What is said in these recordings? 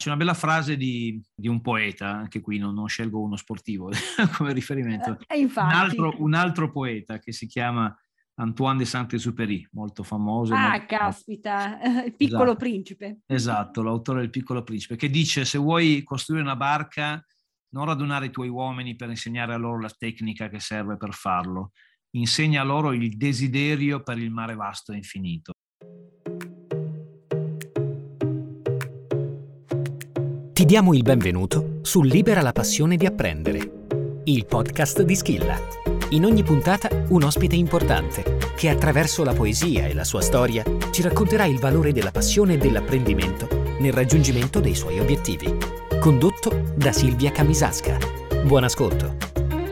C'è una bella frase di un poeta, anche qui non scelgo uno sportivo come riferimento, Infatti. un altro poeta che si chiama Antoine de Saint-Exupéry, molto famoso. Ah, caspita, il Piccolo Esatto, Principe. esatto, l'autore del Piccolo Principe, che dice: se vuoi costruire una barca, non radunare i tuoi uomini per insegnare a loro la tecnica che serve per farlo, insegna loro il desiderio per il mare vasto e infinito. Ti diamo il benvenuto su Libera la passione di apprendere, il podcast di Schilla. In ogni puntata un ospite importante che attraverso la poesia e la sua storia ci racconterà il valore della passione e dell'apprendimento nel raggiungimento dei suoi obiettivi. Condotto da Silvia Camisasca. Buon ascolto.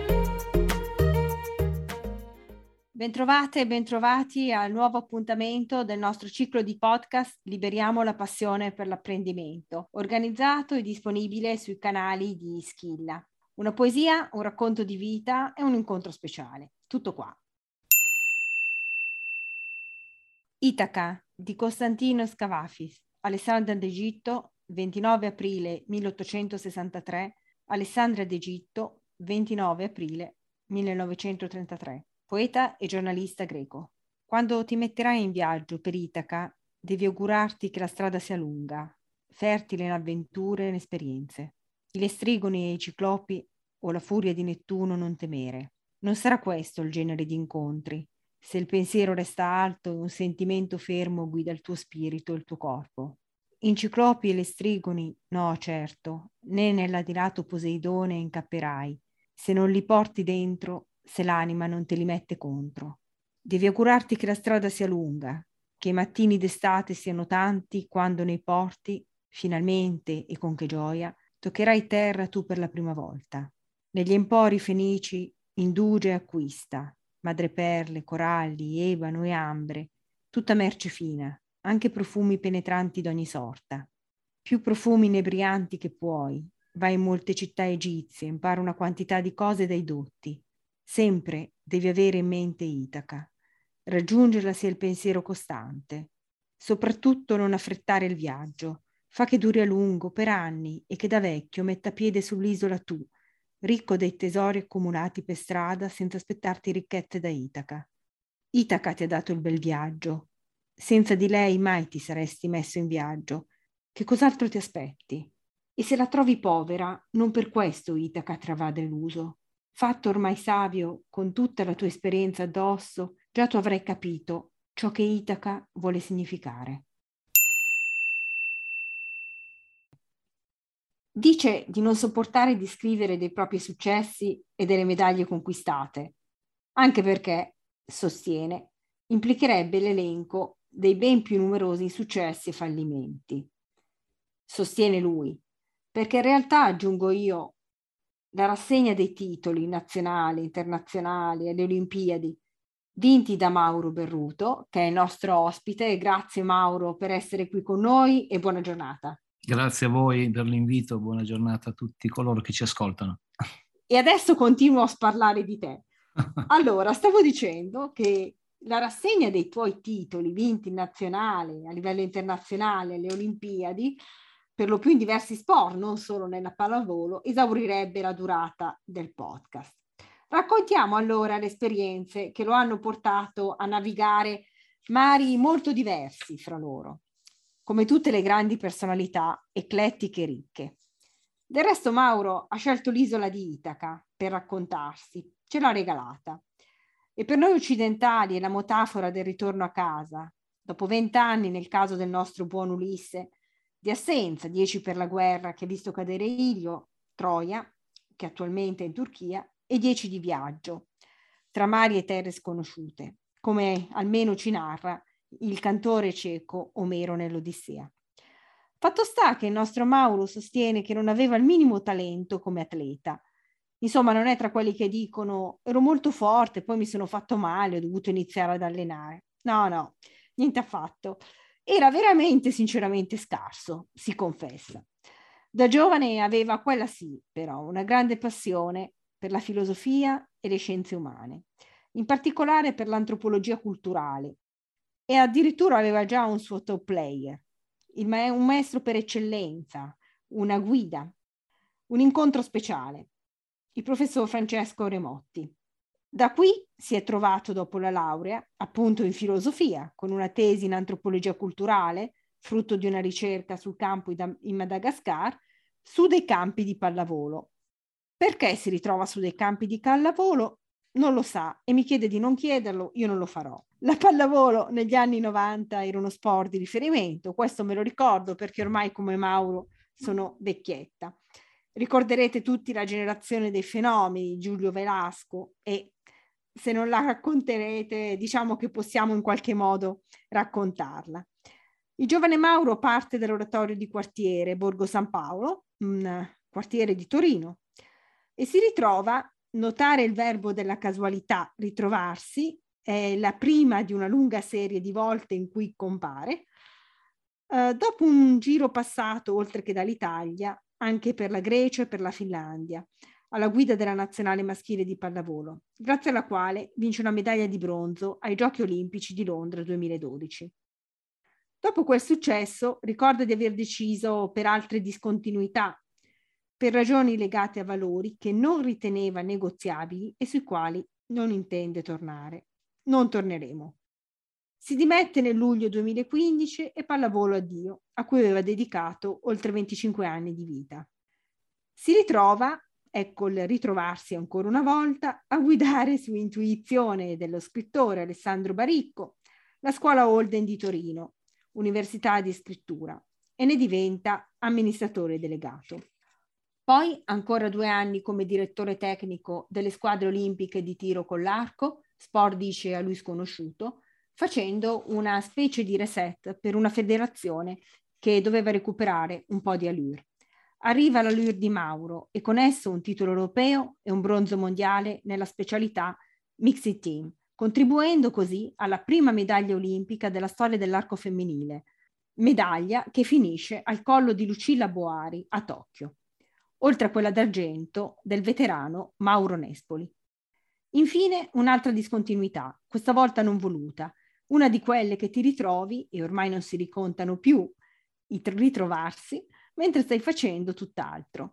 Bentrovate e bentrovati al nuovo appuntamento del nostro ciclo di podcast Liberiamo la passione per l'apprendimento, organizzato e disponibile sui canali di Schilla. Una poesia, un racconto di vita e un incontro speciale. Tutto qua. Itaca di Costantino Scavafis, Alessandria d'Egitto, 29 aprile 1863, Alessandria d'Egitto, 29 aprile 1933. Poeta e giornalista greco. Quando ti metterai in viaggio per Itaca, devi augurarti che la strada sia lunga, fertile in avventure e in esperienze. I lestrigoni e i ciclopi o la furia di Nettuno non temere. Non sarà questo il genere di incontri, se il pensiero resta alto e un sentimento fermo guida il tuo spirito e il tuo corpo. In ciclopi e lestrigoni, no certo, né nell'adirato Poseidone incapperai, se non li porti dentro, se l'anima non te li mette contro. Devi augurarti che la strada sia lunga, che i mattini d'estate siano tanti quando nei porti, finalmente e con che gioia, toccherai terra tu per la prima volta. Negli empori fenici indugia e acquista, madreperle, coralli, ebano e ambre, tutta merce fina, anche profumi penetranti d'ogni sorta. Più profumi inebrianti che puoi, vai in molte città egizie, impara una quantità di cose dai dotti. Sempre devi avere in mente Itaca. Raggiungerla sia il pensiero costante. Soprattutto non affrettare il viaggio. Fa che duri a lungo, per anni, e che da vecchio metta piede sull'isola tu, ricco dei tesori accumulati per strada senza aspettarti ricchezze da Itaca. Itaca ti ha dato il bel viaggio. Senza di lei mai ti saresti messo in viaggio. Che cos'altro ti aspetti? E se la trovi povera, non per questo Itaca ti avrà deluso. Fatto ormai savio, con tutta la tua esperienza addosso, già tu avrai capito ciò che Itaca vuole significare. Dice di non sopportare di scrivere dei propri successi e delle medaglie conquistate, anche perché, sostiene, implicherebbe l'elenco dei ben più numerosi insuccessi e fallimenti. Sostiene lui, perché in realtà, aggiungo io, la rassegna dei titoli nazionali, internazionali alle Olimpiadi vinti da Mauro Berruto, che è il nostro ospite. Grazie Mauro per essere qui con noi e buona giornata. Grazie a voi per l'invito, buona giornata a tutti coloro che ci ascoltano. E adesso continuo a parlare di te. Allora, stavo dicendo che la rassegna dei tuoi titoli vinti in nazionale, a livello internazionale, alle Olimpiadi, per lo più in diversi sport, non solo nella pallavolo, esaurirebbe la durata del podcast. Raccontiamo allora le esperienze che lo hanno portato a navigare mari molto diversi fra loro, come tutte le grandi personalità eclettiche e ricche. Del resto Mauro ha scelto l'isola di Itaca per raccontarsi, ce l'ha regalata. E per noi occidentali è la metafora del ritorno a casa, dopo 20 anni nel caso del nostro buon Ulisse, di assenza, 10 per la guerra che ha visto cadere Ilio, Troia, che attualmente è in Turchia, e 10 di viaggio, tra mari e terre sconosciute, come almeno ci narra il cantore ceco Omero nell'Odissea. Fatto sta che il nostro Mauro sostiene che non aveva il minimo talento come atleta. Insomma, non è tra quelli che dicono ero molto forte, poi mi sono fatto male, ho dovuto iniziare ad allenare. No, niente affatto. Era veramente, sinceramente scarso, si confessa. Da giovane aveva quella sì, però, una grande passione per la filosofia e le scienze umane, in particolare per l'antropologia culturale, e addirittura aveva già un suo top player, un maestro per eccellenza, una guida, un incontro speciale, il professor Francesco Remotti. Da qui si è trovato dopo la laurea, appunto in filosofia, con una tesi in antropologia culturale, frutto di una ricerca sul campo in Madagascar, su dei campi di pallavolo. Perché si ritrova su dei campi di pallavolo? Non lo sa e mi chiede di non chiederlo, io non lo farò. La pallavolo negli anni 90 era uno sport di riferimento, questo me lo ricordo perché ormai come Mauro sono vecchietta. Ricorderete tutti la generazione dei fenomeni, Giulio Velasco, e se non la racconterete, diciamo che possiamo in qualche modo raccontarla. Il giovane Mauro parte dall'oratorio di quartiere Borgo San Paolo, un quartiere di Torino, e si ritrova, notare il verbo della casualità, ritrovarsi, è la prima di una lunga serie di volte in cui compare, dopo un giro passato, oltre che dall'Italia, anche per la Grecia e per la Finlandia, alla guida della nazionale maschile di pallavolo, grazie alla quale vince una medaglia di bronzo ai Giochi Olimpici di Londra 2012. Dopo quel successo ricorda di aver deciso per altre discontinuità, per ragioni legate a valori che non riteneva negoziabili e sui quali non intende tornare. Non torneremo. Si dimette nel luglio 2015 e pallavolo addio, a cui aveva dedicato oltre 25 anni di vita. Si ritrova, ecco il ritrovarsi ancora una volta, a guidare su intuizione dello scrittore Alessandro Baricco la scuola Holden di Torino, Università di Scrittura, e ne diventa amministratore delegato. Poi ancora 2 anni come direttore tecnico delle squadre olimpiche di tiro con l'arco, sport dice a lui sconosciuto, facendo una specie di reset per una federazione che doveva recuperare un po' di allure. Arriva l'allure di Mauro e con esso un titolo europeo e un bronzo mondiale nella specialità Mixed Team, contribuendo così alla prima medaglia olimpica della storia dell'arco femminile, medaglia che finisce al collo di Lucilla Boari a Tokyo, oltre a quella d'argento del veterano Mauro Nespoli. Infine un'altra discontinuità, questa volta non voluta, una di quelle che ti ritrovi, e ormai non si ricontano più i ritrovarsi, mentre stai facendo tutt'altro.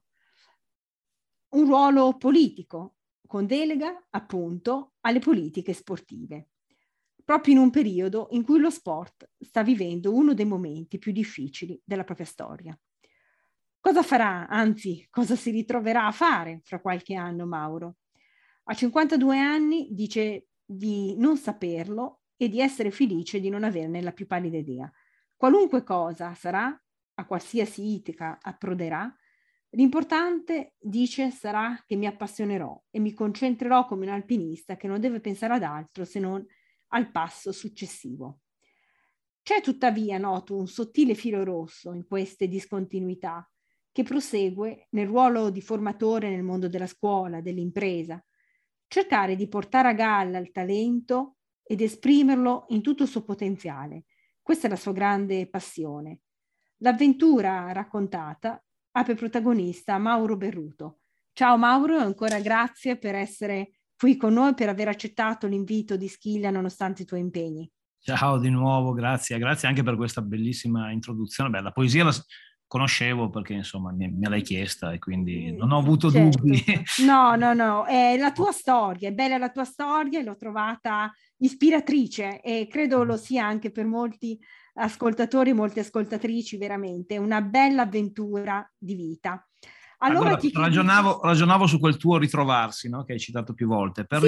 Un ruolo politico, con delega appunto alle politiche sportive, proprio in un periodo in cui lo sport sta vivendo uno dei momenti più difficili della propria storia. Cosa farà, anzi, cosa si ritroverà a fare fra qualche anno Mauro? A 52 anni dice di non saperlo e di essere felice di non averne la più pallida idea. Qualunque cosa sarà, a qualsiasi Ithaca approderà, l'importante, dice, sarà che mi appassionerò e mi concentrerò come un alpinista che non deve pensare ad altro se non al passo successivo. C'è tuttavia, noto, un sottile filo rosso in queste discontinuità che prosegue nel ruolo di formatore nel mondo della scuola, dell'impresa, cercare di portare a galla il talento ed esprimerlo in tutto il suo potenziale. Questa è la sua grande passione. L'avventura raccontata ha per protagonista Mauro Berruto. Ciao Mauro, ancora grazie per essere qui con noi, per aver accettato l'invito di Schilla nonostante i tuoi impegni. Ciao di nuovo, grazie anche per questa bellissima introduzione. Beh, la poesia la conoscevo perché insomma me l'hai chiesta e quindi non ho avuto dubbi. No, è la tua storia, è bella la tua storia e l'ho trovata ispiratrice e credo lo sia anche per molti ascoltatori, molte ascoltatrici, veramente una bella avventura di vita. Allora ragionavo su quel tuo ritrovarsi, no? Che hai citato più volte. Per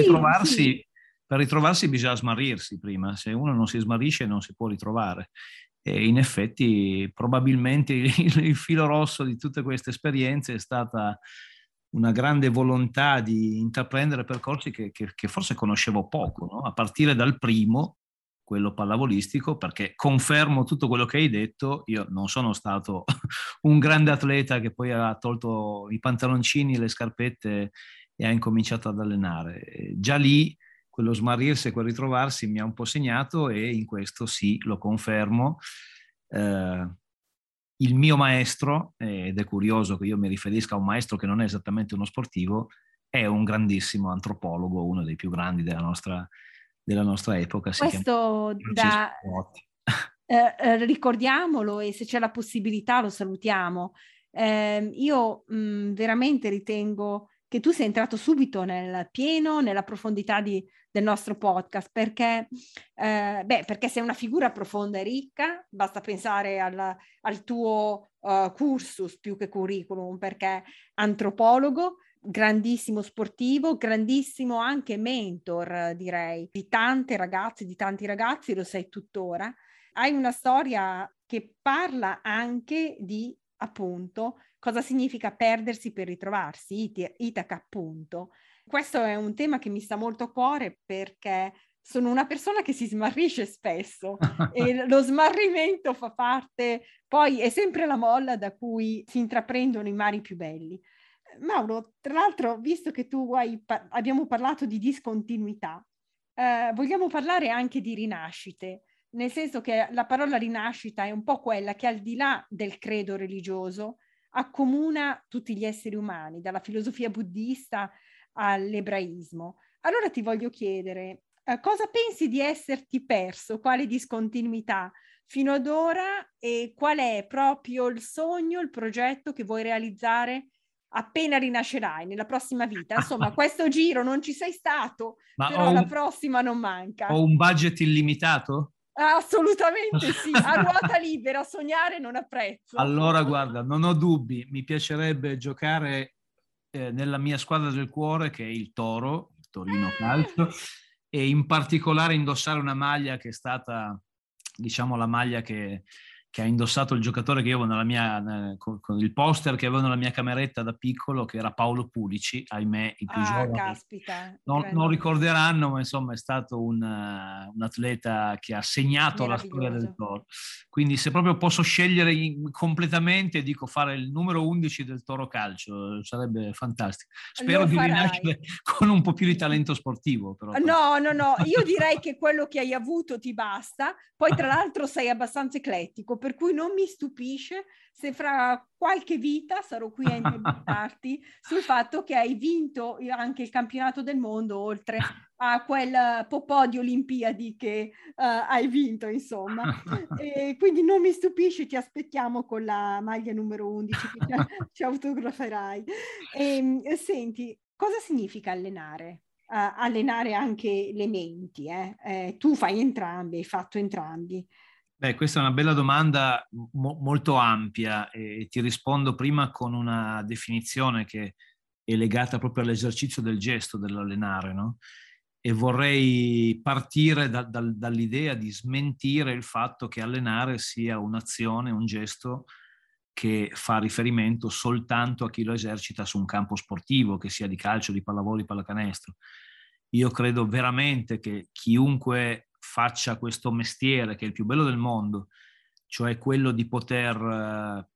ritrovarsi bisogna smarrirsi prima, se uno non si smarrisce non si può ritrovare. E in effetti probabilmente il filo rosso di tutte queste esperienze è stata una grande volontà di intraprendere percorsi che forse conoscevo poco, no? A partire dal primo, quello pallavolistico, perché confermo tutto quello che hai detto, io non sono stato un grande atleta che poi ha tolto i pantaloncini e le scarpette e ha incominciato ad allenare. Già lì quello smarrirsi e quel ritrovarsi mi ha un po' segnato e in questo sì, lo confermo. Il mio maestro, ed è curioso che io mi riferisca a un maestro che non è esattamente uno sportivo, è un grandissimo antropologo, uno dei più grandi della nostra epoca. Questo ricordiamolo e se c'è la possibilità lo salutiamo. Io veramente ritengo che tu sei entrato subito nel pieno, nella profondità del nostro podcast, perché sei una figura profonda e ricca. Basta pensare al tuo cursus più che curriculum, perché antropologo, grandissimo sportivo, grandissimo anche mentor, direi, di tante ragazze, di tanti ragazzi, lo sei tuttora. Hai una storia che parla anche di, appunto, cosa significa perdersi per ritrovarsi, Itaca, appunto. Questo è un tema che mi sta molto a cuore, perché sono una persona che si smarrisce spesso e lo smarrimento fa parte, poi è sempre la molla da cui si intraprendono i mari più belli. Mauro, tra l'altro, visto che tu abbiamo parlato di discontinuità, vogliamo parlare anche di rinascite, nel senso che la parola rinascita è un po' quella che, al di là del credo religioso, accomuna tutti gli esseri umani, dalla filosofia buddista all'ebraismo. Allora ti voglio chiedere, cosa pensi di esserti perso, quale discontinuità fino ad ora, e qual è proprio il sogno, il progetto che vuoi realizzare appena rinascerai, nella prossima vita? Insomma, questo giro non ci sei stato, però la prossima non manca. Ho un budget illimitato? Assolutamente sì, a ruota libera, sognare non ha prezzo. Allora, guarda, non ho dubbi, mi piacerebbe giocare nella mia squadra del cuore, che è il Toro, il Torino Calcio, e in particolare indossare una maglia che è stata, diciamo, la maglia che ha indossato il giocatore che io avevo con il poster che avevo nella mia cameretta da piccolo, che era Paolo Pulici, ahimè i più giovani caspita, non ricorderanno, ma insomma è stato un atleta che ha segnato la storia del Toro. Quindi se proprio posso scegliere completamente, dico fare il numero 11 del Toro Calcio, sarebbe fantastico. Spero di rinascere con un po' più di talento sportivo. Però. No, io direi che quello che hai avuto ti basta. Poi tra l'altro sei abbastanza eclettico, per cui non mi stupisce se fra qualche vita sarò qui a intervistarti sul fatto che hai vinto anche il campionato del mondo, oltre a quel po' di Olimpiadi che hai vinto, insomma. E quindi non mi stupisce, ti aspettiamo con la maglia numero 11 che ci autograferai. Senti, cosa significa allenare? Allenare anche le menti, tu fai entrambi, hai fatto entrambi. Beh, questa è una bella domanda molto ampia, e ti rispondo prima con una definizione che è legata proprio all'esercizio del gesto dell'allenare, no? E vorrei partire dall'idea di smentire il fatto che allenare sia un'azione, un gesto che fa riferimento soltanto a chi lo esercita su un campo sportivo, che sia di calcio, di pallavolo, di pallacanestro. Io credo veramente che chiunque faccia questo mestiere, che è il più bello del mondo, cioè quello di poter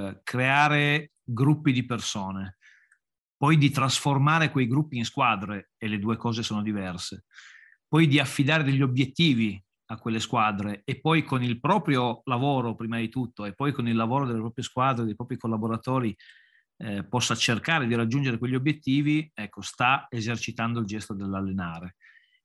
creare gruppi di persone, poi di trasformare quei gruppi in squadre, e le due cose sono diverse, poi di affidare degli obiettivi a quelle squadre, e poi con il proprio lavoro prima di tutto, e poi con il lavoro delle proprie squadre, dei propri collaboratori, possa cercare di raggiungere quegli obiettivi, ecco, sta esercitando il gesto dell'allenare.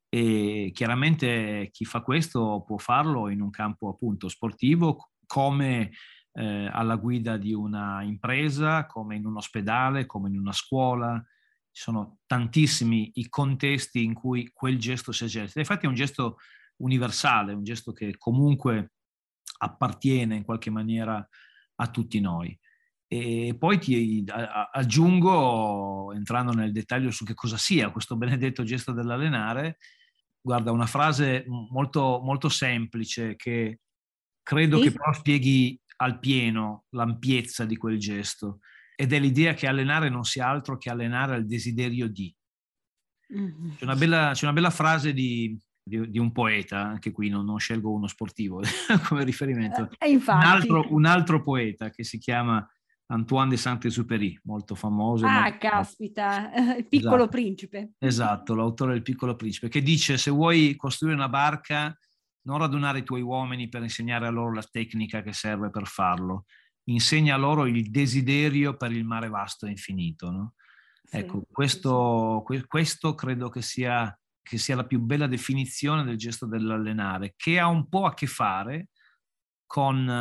E chiaramente chi fa questo può farlo in un campo appunto sportivo, come alla guida di una impresa, come in un ospedale, come in una scuola. Ci sono tantissimi i contesti in cui quel gesto si esercita. Infatti è un gesto universale, un gesto che comunque appartiene in qualche maniera a tutti noi. E poi ti aggiungo, entrando nel dettaglio su che cosa sia questo benedetto gesto dell'allenare, guarda, una frase molto, molto semplice che credo che però spieghi al pieno l'ampiezza di quel gesto, ed è l'idea che allenare non sia altro che allenare al desiderio di. C'è una bella frase di un poeta, anche qui non scelgo uno sportivo come riferimento, un altro poeta che si chiama Antoine de Saint-Exupéry, molto famoso. Caspita, il Piccolo Principe. Esatto, l'autore del Piccolo Principe, che dice: se vuoi costruire una barca, non radunare i tuoi uomini per insegnare a loro la tecnica che serve per farlo, insegna loro il desiderio per il mare vasto e infinito, no? Sì, ecco, questo credo che sia la più bella definizione del gesto dell'allenare, che ha un po' a che fare con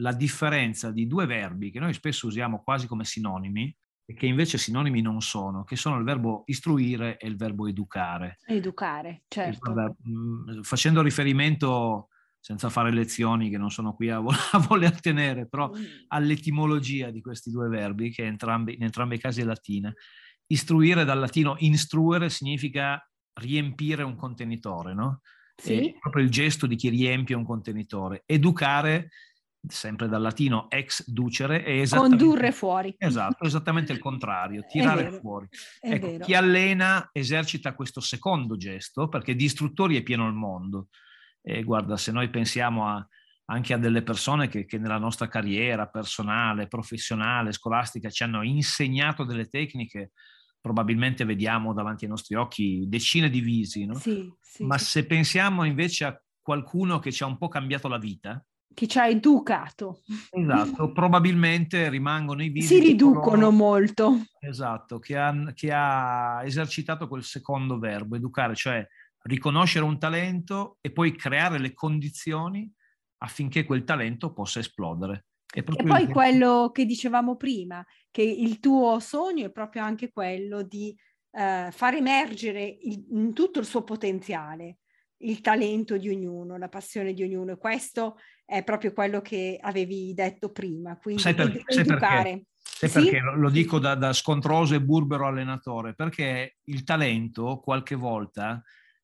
la differenza di due verbi che noi spesso usiamo quasi come sinonimi e che invece sinonimi non sono, che sono il verbo istruire e il verbo educare. Educare, certo. Guarda, facendo riferimento, senza fare lezioni che non sono qui a voler tenere, però all'etimologia di questi due verbi, che in entrambi i casi è latina. Istruire dal latino instruere significa riempire un contenitore, no? Sì. È proprio il gesto di chi riempie un contenitore. Educare, sempre dal latino ex ducere, è condurre fuori. Esatto, esattamente il contrario, tirare fuori. Ecco, chi allena esercita questo secondo gesto, perché di istruttori è pieno il mondo. E guarda, se noi pensiamo anche a delle persone che nella nostra carriera personale, professionale, scolastica ci hanno insegnato delle tecniche, probabilmente vediamo davanti ai nostri occhi decine di visi, no? Sì, Ma se pensiamo invece a qualcuno che ci ha un po' cambiato la vita, che ci ha educato. Esatto, probabilmente rimangono i visi. Si riducono molto. Esatto, che ha esercitato quel secondo verbo, educare, cioè riconoscere un talento e poi creare le condizioni affinché quel talento possa esplodere. E poi quello che dicevamo prima, che il tuo sogno è proprio anche quello di far emergere in tutto il suo potenziale il talento di ognuno, la passione di ognuno. E questo è proprio quello che avevi detto prima, quindi educare. Sai perché lo dico da scontroso e burbero allenatore? Perché il talento qualche volta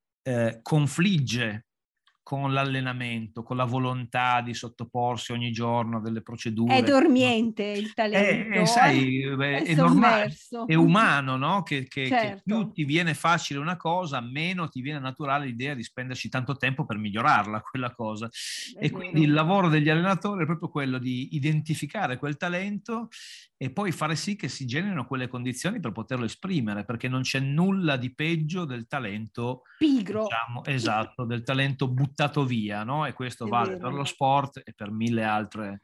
confligge con l'allenamento, con la volontà di sottoporsi ogni giorno a delle procedure. È dormiente il talento, sai, è normale, è umano, no? Che certo. più ti viene facile una cosa, meno ti viene naturale l'idea di spenderci tanto tempo per migliorarla quella cosa. E quindi il lavoro degli allenatori è proprio quello di identificare quel talento e poi fare sì che si generino quelle condizioni per poterlo esprimere, perché non c'è nulla di peggio del talento pigro, diciamo, esatto, del talento buttato via, no? E questo vale per lo sport e per mille altri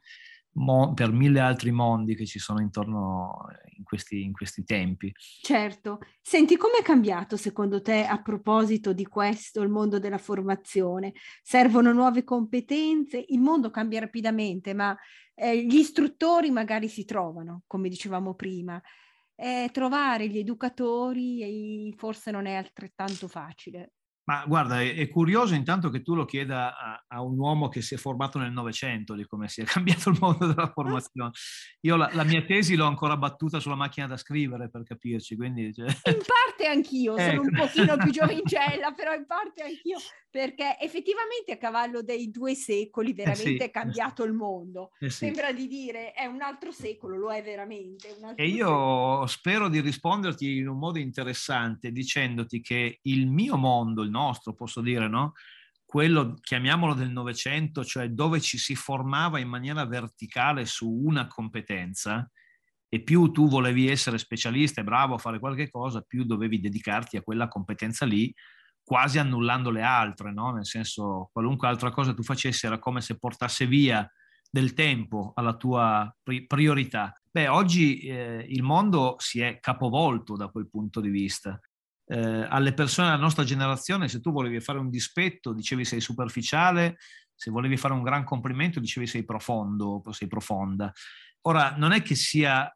mondi che ci sono intorno in questi tempi. Certo. Senti, come è cambiato secondo te a proposito di questo il mondo della formazione? Servono nuove competenze? Il mondo cambia rapidamente, ma gli istruttori magari si trovano, come dicevamo prima. Trovare gli educatori forse non è altrettanto facile. Ma guarda, è curioso intanto che tu lo chieda a un uomo che si è formato nel Novecento di come si è cambiato il mondo della formazione. Io la mia tesi l'ho ancora battuta sulla macchina da scrivere, per capirci. Quindi, In parte anch'io, sono un pochino più giovincella, però in parte anch'io, perché effettivamente a cavallo dei 2 secoli veramente è cambiato il mondo. Sembra di dire è un altro secolo, lo è veramente. E io spero di risponderti in un modo interessante dicendoti che il mio mondo, il nostro, posso dire, no? Quello, chiamiamolo del Novecento, cioè dove ci si formava in maniera verticale su una competenza, e più tu volevi essere specialista e bravo a fare qualche cosa, più dovevi dedicarti a quella competenza lì, quasi annullando le altre, no? Nel senso, qualunque altra cosa tu facessi era come se portasse via del tempo alla tua priorità. Beh, oggi il mondo si è capovolto da quel punto di vista. Alle persone della nostra generazione, se tu volevi fare un dispetto, dicevi sei superficiale, se volevi fare un gran complimento, dicevi sei profondo, sei profonda. Ora, non è che sia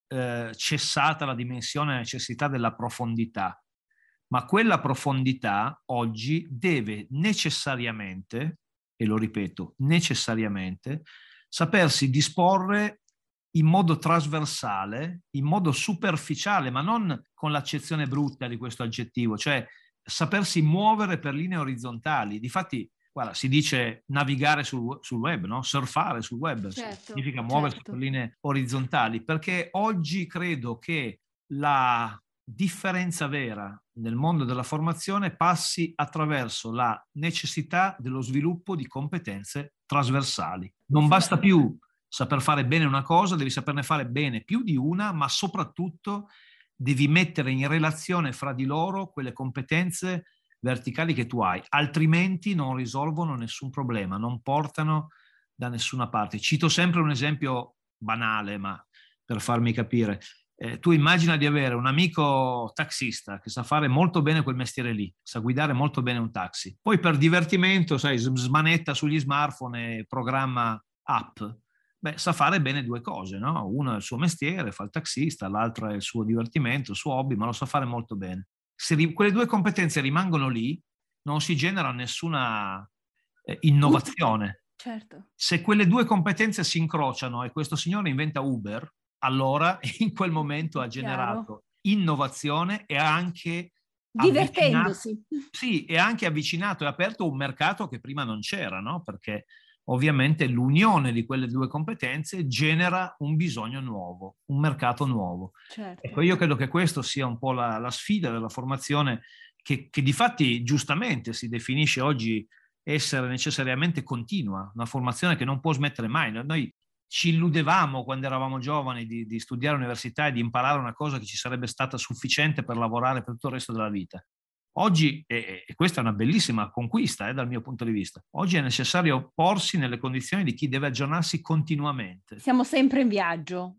cessata la dimensione e la necessità della profondità, ma quella profondità oggi deve necessariamente, e lo ripeto, necessariamente, sapersi disporre in modo trasversale, in modo superficiale, ma non con l'accezione brutta di questo aggettivo, cioè sapersi muovere per linee orizzontali. Difatti, guarda, si dice navigare sul web, no? Surfare sul web, significa muoversi per linee orizzontali, perché oggi credo che la differenza vera nel mondo della formazione passi attraverso la necessità dello sviluppo di competenze trasversali. Non basta più saper fare bene una cosa, devi saperne fare bene più di una, ma soprattutto devi mettere in relazione fra di loro quelle competenze verticali che tu hai, altrimenti non risolvono nessun problema, non portano da nessuna parte. Cito sempre un esempio banale, ma per farmi capire. Tu immagina di avere un amico taxista che sa fare molto bene quel mestiere lì, sa guidare molto bene un taxi, poi per divertimento, sai, smanetta sugli smartphone e programma app, sa fare bene due cose, no? Uno è il suo mestiere, fa il taxista, l'altro è il suo divertimento, il suo hobby, ma lo sa fare molto bene. Se quelle due competenze rimangono lì, non si genera nessuna innovazione. Certo. Se quelle due competenze si incrociano e questo signore inventa Uber, allora in quel momento ha generato innovazione e ha anche divertendosi. Sì, e anche avvicinato e aperto un mercato che prima non c'era, no? Perché ovviamente l'unione di quelle due competenze genera un bisogno nuovo, un mercato nuovo. Certo. Ecco, io credo che questo sia un po' la sfida della formazione che difatti giustamente si definisce oggi essere necessariamente continua, una formazione che non può smettere mai. Noi ci illudevamo quando eravamo giovani di studiare all'università e di imparare una cosa che ci sarebbe stata sufficiente per lavorare per tutto il resto della vita. Oggi, e questa è una bellissima conquista dal mio punto di vista, oggi è necessario porsi nelle condizioni di chi deve aggiornarsi continuamente. Siamo sempre in viaggio,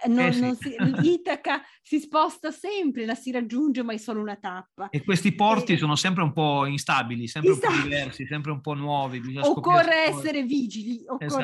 l'Itaca si sposta sempre, la si raggiunge ma è solo una tappa. E questi porti sono sempre un po' instabili, sempre un po' diversi, sempre un po' nuovi. Occorre essere vigili,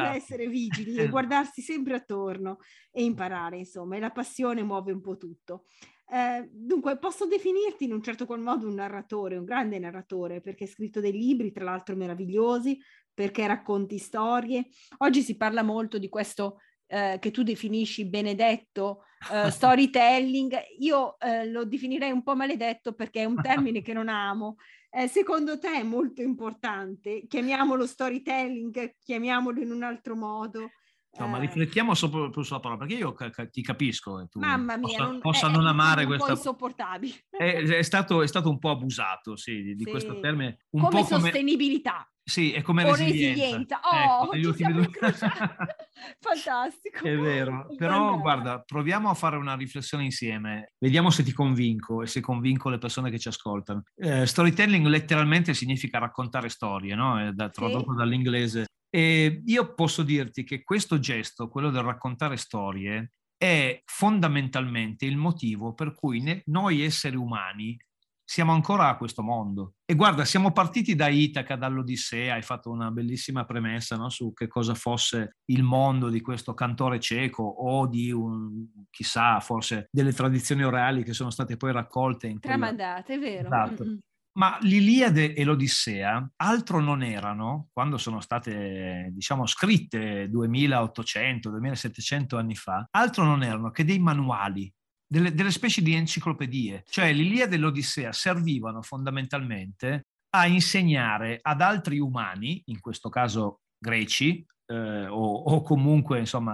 e guardarsi sempre attorno e imparare, insomma, e la passione muove un po' tutto. Dunque, posso definirti in un certo qual modo un narratore, un grande narratore, perché hai scritto dei libri, tra l'altro meravigliosi, perché racconti storie. Oggi si parla molto di questo che tu definisci benedetto storytelling. Io lo definirei un po' maledetto perché è un termine che non amo. Secondo te è molto importante? Chiamiamolo storytelling, chiamiamolo in un altro modo. No, ma riflettiamo proprio sulla parola, perché io ti capisco. Tu mamma mia, possa non amare questa... È un po' insopportabile. È stato un po' abusato, di questo termine. Un come po' sostenibilità. Sì, è come resilienza. Oh, ecco, ci siamo incrociati. Fantastico. È vero, però guarda, proviamo a fare una riflessione insieme. Vediamo se ti convinco e se convinco le persone che ci ascoltano. Storytelling letteralmente significa raccontare storie, no? È tradotto dall'inglese. E io posso dirti che questo gesto, quello del raccontare storie, è fondamentalmente il motivo per cui noi esseri umani siamo ancora a questo mondo. E guarda, siamo partiti da Itaca, dall'Odissea, hai fatto una bellissima premessa, no? Su che cosa fosse il mondo di questo cantore cieco o di chissà, forse delle tradizioni orali che sono state poi raccolte in tramandate, è vero. Esatto. Ma l'Iliade e l'Odissea altro non erano, quando sono state, diciamo, scritte 2800, 2700 anni fa, altro non erano che dei manuali, delle specie di enciclopedie. Cioè l'Iliade e l'Odissea servivano fondamentalmente a insegnare ad altri umani, in questo caso greci, o comunque, insomma,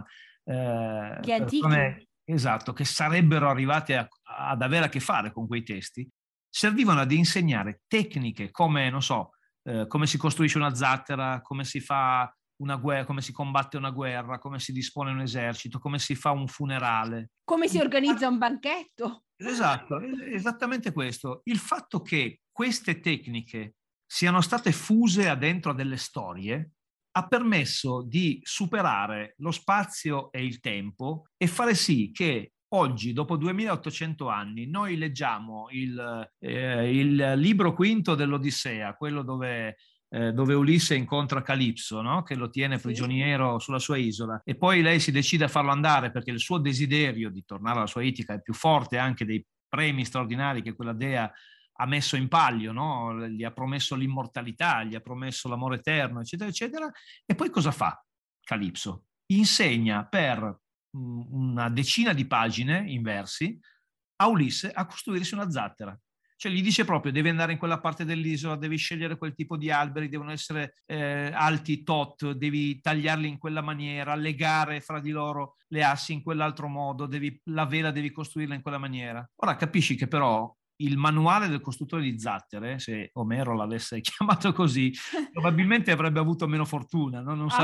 gli antichi. Esatto, che sarebbero arrivate ad avere a che fare con quei testi, servivano ad insegnare tecniche come, non so, come si costruisce una zattera, come si fa una guerra, come si combatte una guerra, come si dispone un esercito, come si fa un funerale. Come si organizza un banchetto. Esatto, esattamente questo. Il fatto che queste tecniche siano state fuse dentro a delle storie ha permesso di superare lo spazio e il tempo e fare sì che oggi, dopo 2800 anni, noi leggiamo il libro quinto dell'Odissea, quello dove Ulisse incontra Calipso, no? Che lo tiene prigioniero sulla sua isola, e poi lei si decide a farlo andare perché il suo desiderio di tornare alla sua Itica è più forte anche dei premi straordinari che quella dea ha messo in palio, no? Gli ha promesso l'immortalità, gli ha promesso l'amore eterno, eccetera, eccetera. E poi cosa fa Calipso? Insegna per una decina di pagine in versi a Ulisse a costruirsi una zattera. Cioè gli dice proprio: devi andare in quella parte dell'isola, devi scegliere quel tipo di alberi, devono essere alti tot, devi tagliarli in quella maniera, legare fra di loro le assi in quell'altro modo, la vela devi costruirla in quella maniera. Ora capisci che però il manuale del costruttore di zattere, se Omero l'avesse chiamato così, probabilmente avrebbe avuto meno fortuna, no? Non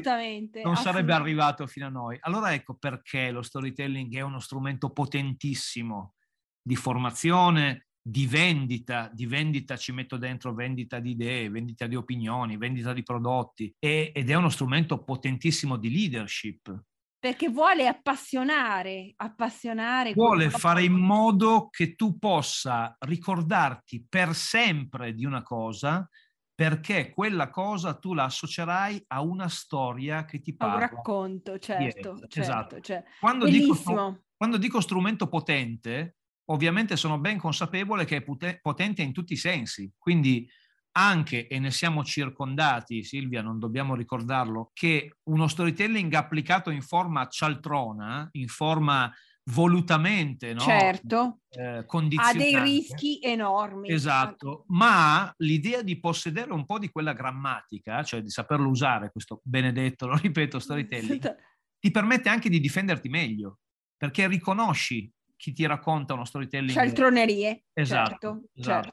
sarebbe arrivato fino a noi. Allora ecco perché lo storytelling è uno strumento potentissimo di formazione, di vendita ci metto dentro vendita di idee, vendita di opinioni, vendita di prodotti, ed è uno strumento potentissimo di leadership. Perché vuole appassionare. Vuole fare in modo che tu possa ricordarti per sempre di una cosa, perché quella cosa tu la associerai a una storia che ti parla. A un racconto, certo, Esatto. Cioè, Quando bellissimo. dico strumento potente, ovviamente sono ben consapevole che è potente in tutti i sensi, quindi anche, e ne siamo circondati, Silvia, non dobbiamo ricordarlo, che uno storytelling applicato in forma cialtrona, in forma volutamente, no? Certo, ha dei Condizionante. rischi enormi. Esatto, ma l'idea di possedere un po' di quella grammatica, cioè di saperlo usare, questo benedetto, lo ripeto, storytelling, ti permette anche di difenderti meglio, perché riconosci chi ti racconta uno storytelling. Cialtronerie, Esatto,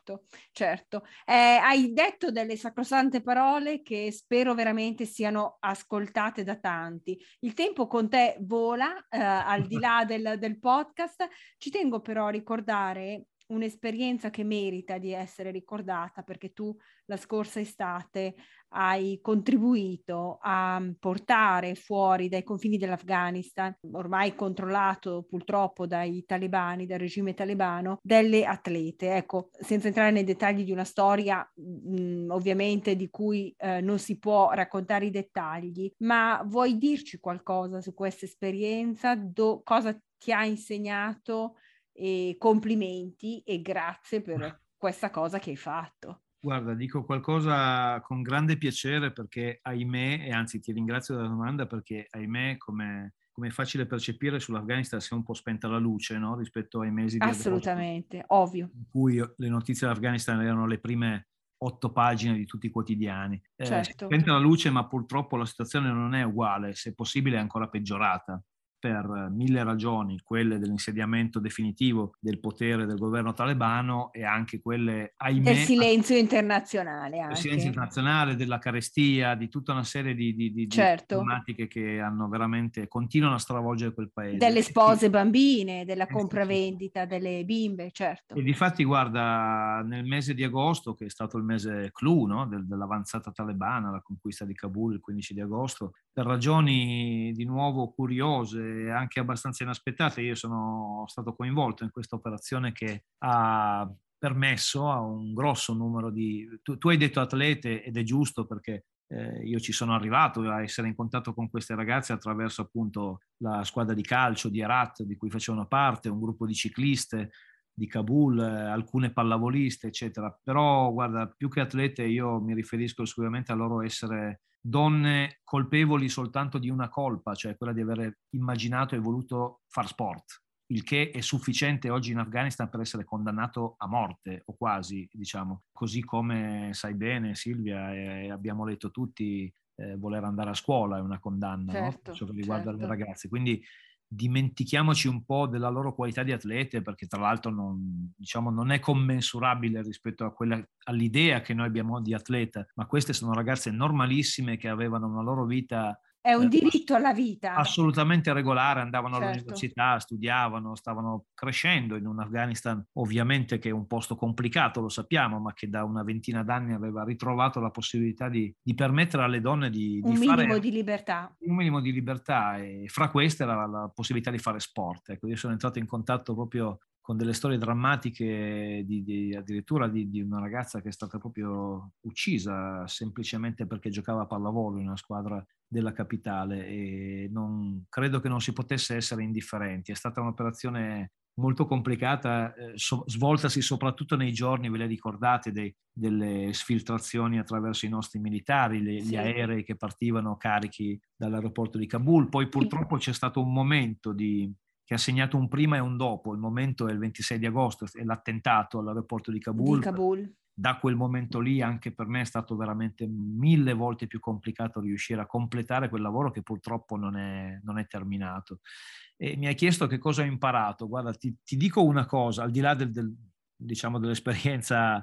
certo. Hai detto delle sacrosante parole che spero veramente siano ascoltate da tanti. Il tempo con te vola, al di là del podcast. Ci tengo però a ricordare un'esperienza che merita di essere ricordata, perché tu la scorsa estate hai contribuito a portare fuori dai confini dell'Afghanistan, ormai controllato purtroppo dai talebani, dal regime talebano, delle atlete. Ecco, senza entrare nei dettagli di una storia ovviamente di cui non si può raccontare i dettagli, ma vuoi dirci qualcosa su questa esperienza? Cosa ti ha insegnato? E complimenti e grazie per questa cosa che hai fatto. Guarda, dico qualcosa con grande piacere perché ahimè, e anzi ti ringrazio della domanda perché ahimè, come è facile percepire, sull'Afghanistan si è un po' spenta la luce, no? Rispetto ai mesi di assolutamente, agosto, ovvio, in cui le notizie dell'Afghanistan erano le prime 8 pagine di tutti i quotidiani. Si è spenta la luce, ma purtroppo la situazione non è uguale, se possibile è ancora peggiorata, per 1000 ragioni, quelle dell'insediamento definitivo del potere del governo talebano e anche quelle, ahimè, del silenzio internazionale, del silenzio internazionale, della carestia, di tutta una serie di tematiche che hanno veramente, continuano a stravolgere quel paese. Delle spose bambine, della compravendita delle bimbe, certo. E difatti, guarda, nel mese di agosto, che è stato il mese clou, no? dell'avanzata talebana, la conquista di Kabul il 15 di agosto, per ragioni di nuovo curiose e anche abbastanza inaspettate, io sono stato coinvolto in questa operazione che ha permesso a un grosso numero di... Tu hai detto atlete ed è giusto perché io ci sono arrivato a essere in contatto con queste ragazze attraverso appunto la squadra di calcio di Herat di cui facevano parte, un gruppo di cicliste di Kabul, alcune pallavoliste, eccetera. Però, guarda, più che atlete io mi riferisco sicuramente a loro essere donne colpevoli soltanto di una colpa, cioè quella di aver immaginato e voluto far sport, il che è sufficiente oggi in Afghanistan per essere condannato a morte, o quasi, diciamo. Così come sai bene, Silvia, e abbiamo letto tutti, voler andare a scuola è una condanna, certo, no? Ciò che riguarda le ragazze. Quindi dimentichiamoci un po' della loro qualità di atlete, perché tra l'altro non è commensurabile rispetto a all'idea che noi abbiamo di atleta, ma queste sono ragazze normalissime che avevano una loro vita. È un diritto alla vita. Assolutamente regolare, andavano all'università, studiavano, stavano crescendo in un Afghanistan ovviamente che è un posto complicato, lo sappiamo, ma che da una ventina d'anni aveva ritrovato la possibilità di permettere alle donne di fare minimo di libertà. Un minimo di libertà, e fra queste la possibilità di fare sport. Ecco, io sono entrato in contatto proprio con delle storie drammatiche addirittura di una ragazza che è stata proprio uccisa semplicemente perché giocava a pallavolo in una squadra della capitale, e credo che non si potesse essere indifferenti. È stata un'operazione molto complicata, svoltasi soprattutto nei giorni, ve le ricordate, delle sfiltrazioni attraverso i nostri militari, gli aerei che partivano carichi dall'aeroporto di Kabul. Poi purtroppo c'è stato un momento che ha segnato un prima e un dopo. Il momento è il 26 di agosto, è l'attentato all'aeroporto di Kabul. Da quel momento lì anche per me è stato veramente 1000 volte più complicato riuscire a completare quel lavoro che purtroppo non è terminato. E mi hai chiesto che cosa ho imparato. Guarda, ti dico una cosa, al di là diciamo dell'esperienza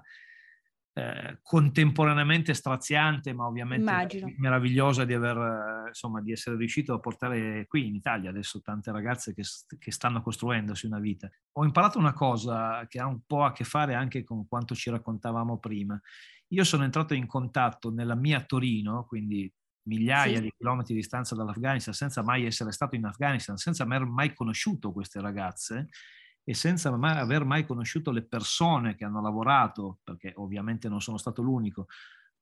contemporaneamente straziante, ma ovviamente meravigliosa di essere riuscito a portare qui in Italia adesso tante ragazze che stanno costruendosi una vita. Ho imparato una cosa che ha un po' a che fare anche con quanto ci raccontavamo prima. Io sono entrato in contatto nella mia Torino, quindi migliaia di chilometri di distanza dall'Afghanistan, senza mai essere stato in Afghanistan, senza aver mai conosciuto queste ragazze e senza aver mai conosciuto le persone che hanno lavorato, perché ovviamente non sono stato l'unico,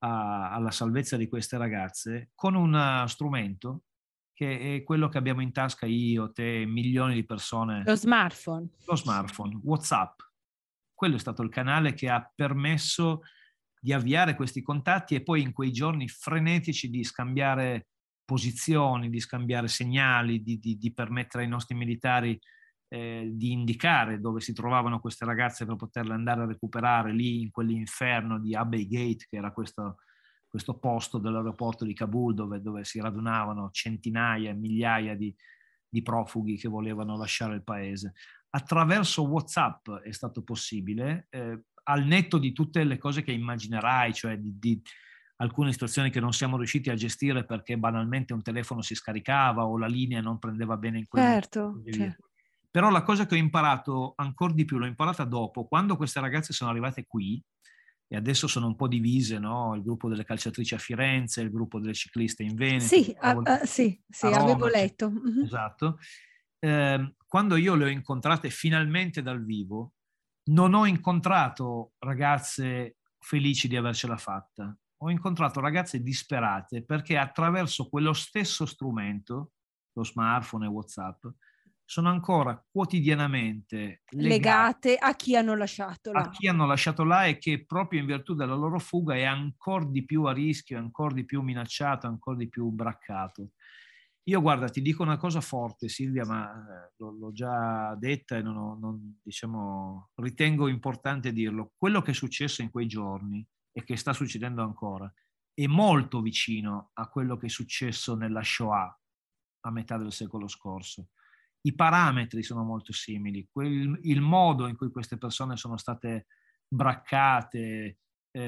alla salvezza di queste ragazze con un strumento che è quello che abbiamo in tasca io, te, milioni di persone. Lo smartphone. Lo smartphone, WhatsApp. Quello è stato il canale che ha permesso di avviare questi contatti e poi in quei giorni frenetici di scambiare posizioni, di scambiare segnali, di permettere ai nostri militari di indicare dove si trovavano queste ragazze per poterle andare a recuperare lì in quell'inferno di Abbey Gate, che era questo posto dell'aeroporto di Kabul dove si radunavano centinaia, migliaia di profughi che volevano lasciare il paese. Attraverso WhatsApp è stato possibile, al netto di tutte le cose che immaginerai, cioè di alcune situazioni che non siamo riusciti a gestire perché banalmente un telefono si scaricava o la linea non prendeva bene in quel momento. Certo. Però la cosa che ho imparato ancora di più, l'ho imparata dopo, quando queste ragazze sono arrivate qui, e adesso sono un po' divise, no? Il gruppo delle calciatrici a Firenze, il gruppo delle cicliste in Veneto. Sì, sì, Roma, avevo letto. Esatto. Quando io le ho incontrate finalmente dal vivo, non ho incontrato ragazze felici di avercela fatta. Ho incontrato ragazze disperate perché attraverso quello stesso strumento, lo smartphone e WhatsApp, sono ancora quotidianamente legate a chi hanno lasciato là. A chi hanno lasciato là e che proprio in virtù della loro fuga è ancora di più a rischio, ancora di più minacciato, ancora di più braccato. Io guarda, ti dico una cosa forte, Silvia, ma l'ho già detta e diciamo, ritengo importante dirlo. Quello che è successo in quei giorni e che sta succedendo ancora è molto vicino a quello che è successo nella Shoah a metà del secolo scorso. I parametri sono molto simili, il modo in cui queste persone sono state braccate,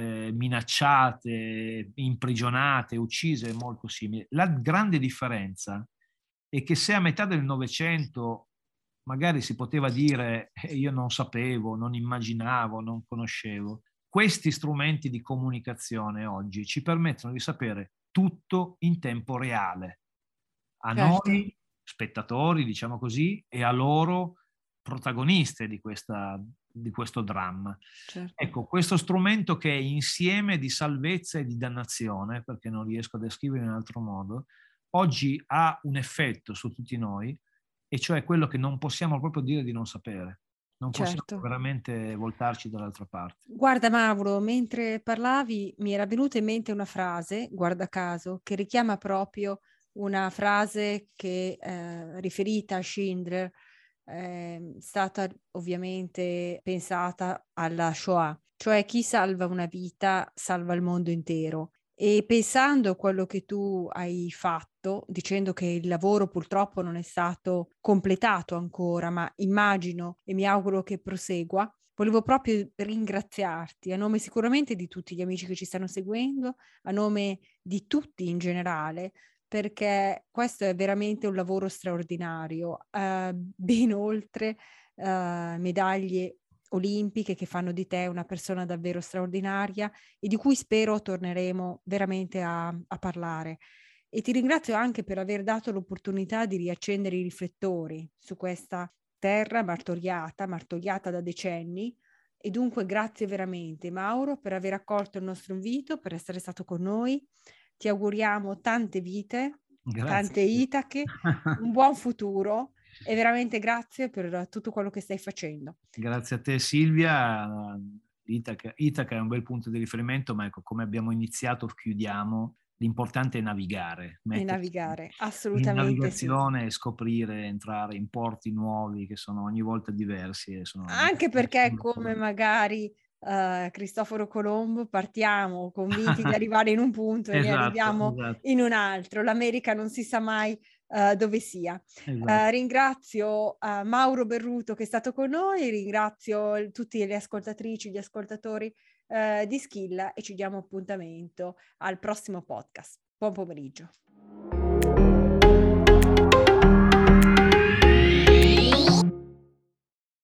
minacciate, imprigionate, uccise è molto simile. La grande differenza è che se a metà del Novecento magari si poteva dire io non sapevo, non immaginavo, non conoscevo, questi strumenti di comunicazione oggi ci permettono di sapere tutto in tempo reale. A noi spettatori, diciamo così, e a loro protagoniste di questo dramma. Certo. Ecco, questo strumento che è insieme di salvezza e di dannazione, perché non riesco a descrivere in altro modo, oggi ha un effetto su tutti noi, e cioè quello che non possiamo proprio dire di non sapere. Non possiamo veramente voltarci dall'altra parte. Guarda Mauro, mentre parlavi mi era venuta in mente una frase, guarda caso, che richiama proprio una frase che riferita a Schindler, stata ovviamente pensata alla Shoah, cioè chi salva una vita salva il mondo intero. E pensando a quello che tu hai fatto, dicendo che il lavoro purtroppo non è stato completato ancora, ma immagino e mi auguro che prosegua, volevo proprio ringraziarti a nome sicuramente di tutti gli amici che ci stanno seguendo, a nome di tutti in generale, perché questo è veramente un lavoro straordinario, ben oltre medaglie olimpiche che fanno di te una persona davvero straordinaria e di cui spero torneremo veramente a parlare. E ti ringrazio anche per aver dato l'opportunità di riaccendere i riflettori su questa terra martoriata da decenni. E dunque grazie veramente Mauro per aver accolto il nostro invito, per essere stato con noi. Ti auguriamo tante vite, tante Itache, un buon futuro e veramente grazie per tutto quello che stai facendo. Grazie a te Silvia. Itaca è un bel punto di riferimento, ma ecco, come abbiamo iniziato, chiudiamo. L'importante è navigare. E navigare, assolutamente. In navigazione e scoprire, entrare in porti nuovi che sono ogni volta diversi. E sono anche perché come magari Cristoforo Colombo partiamo convinti di arrivare in un punto e ne arriviamo in un altro. L'America non si sa mai dove sia. Ringrazio Mauro Berruto che è stato con noi, ringrazio tutte le ascoltatrici, gli ascoltatori di Schilla e ci diamo appuntamento al prossimo podcast. Buon pomeriggio.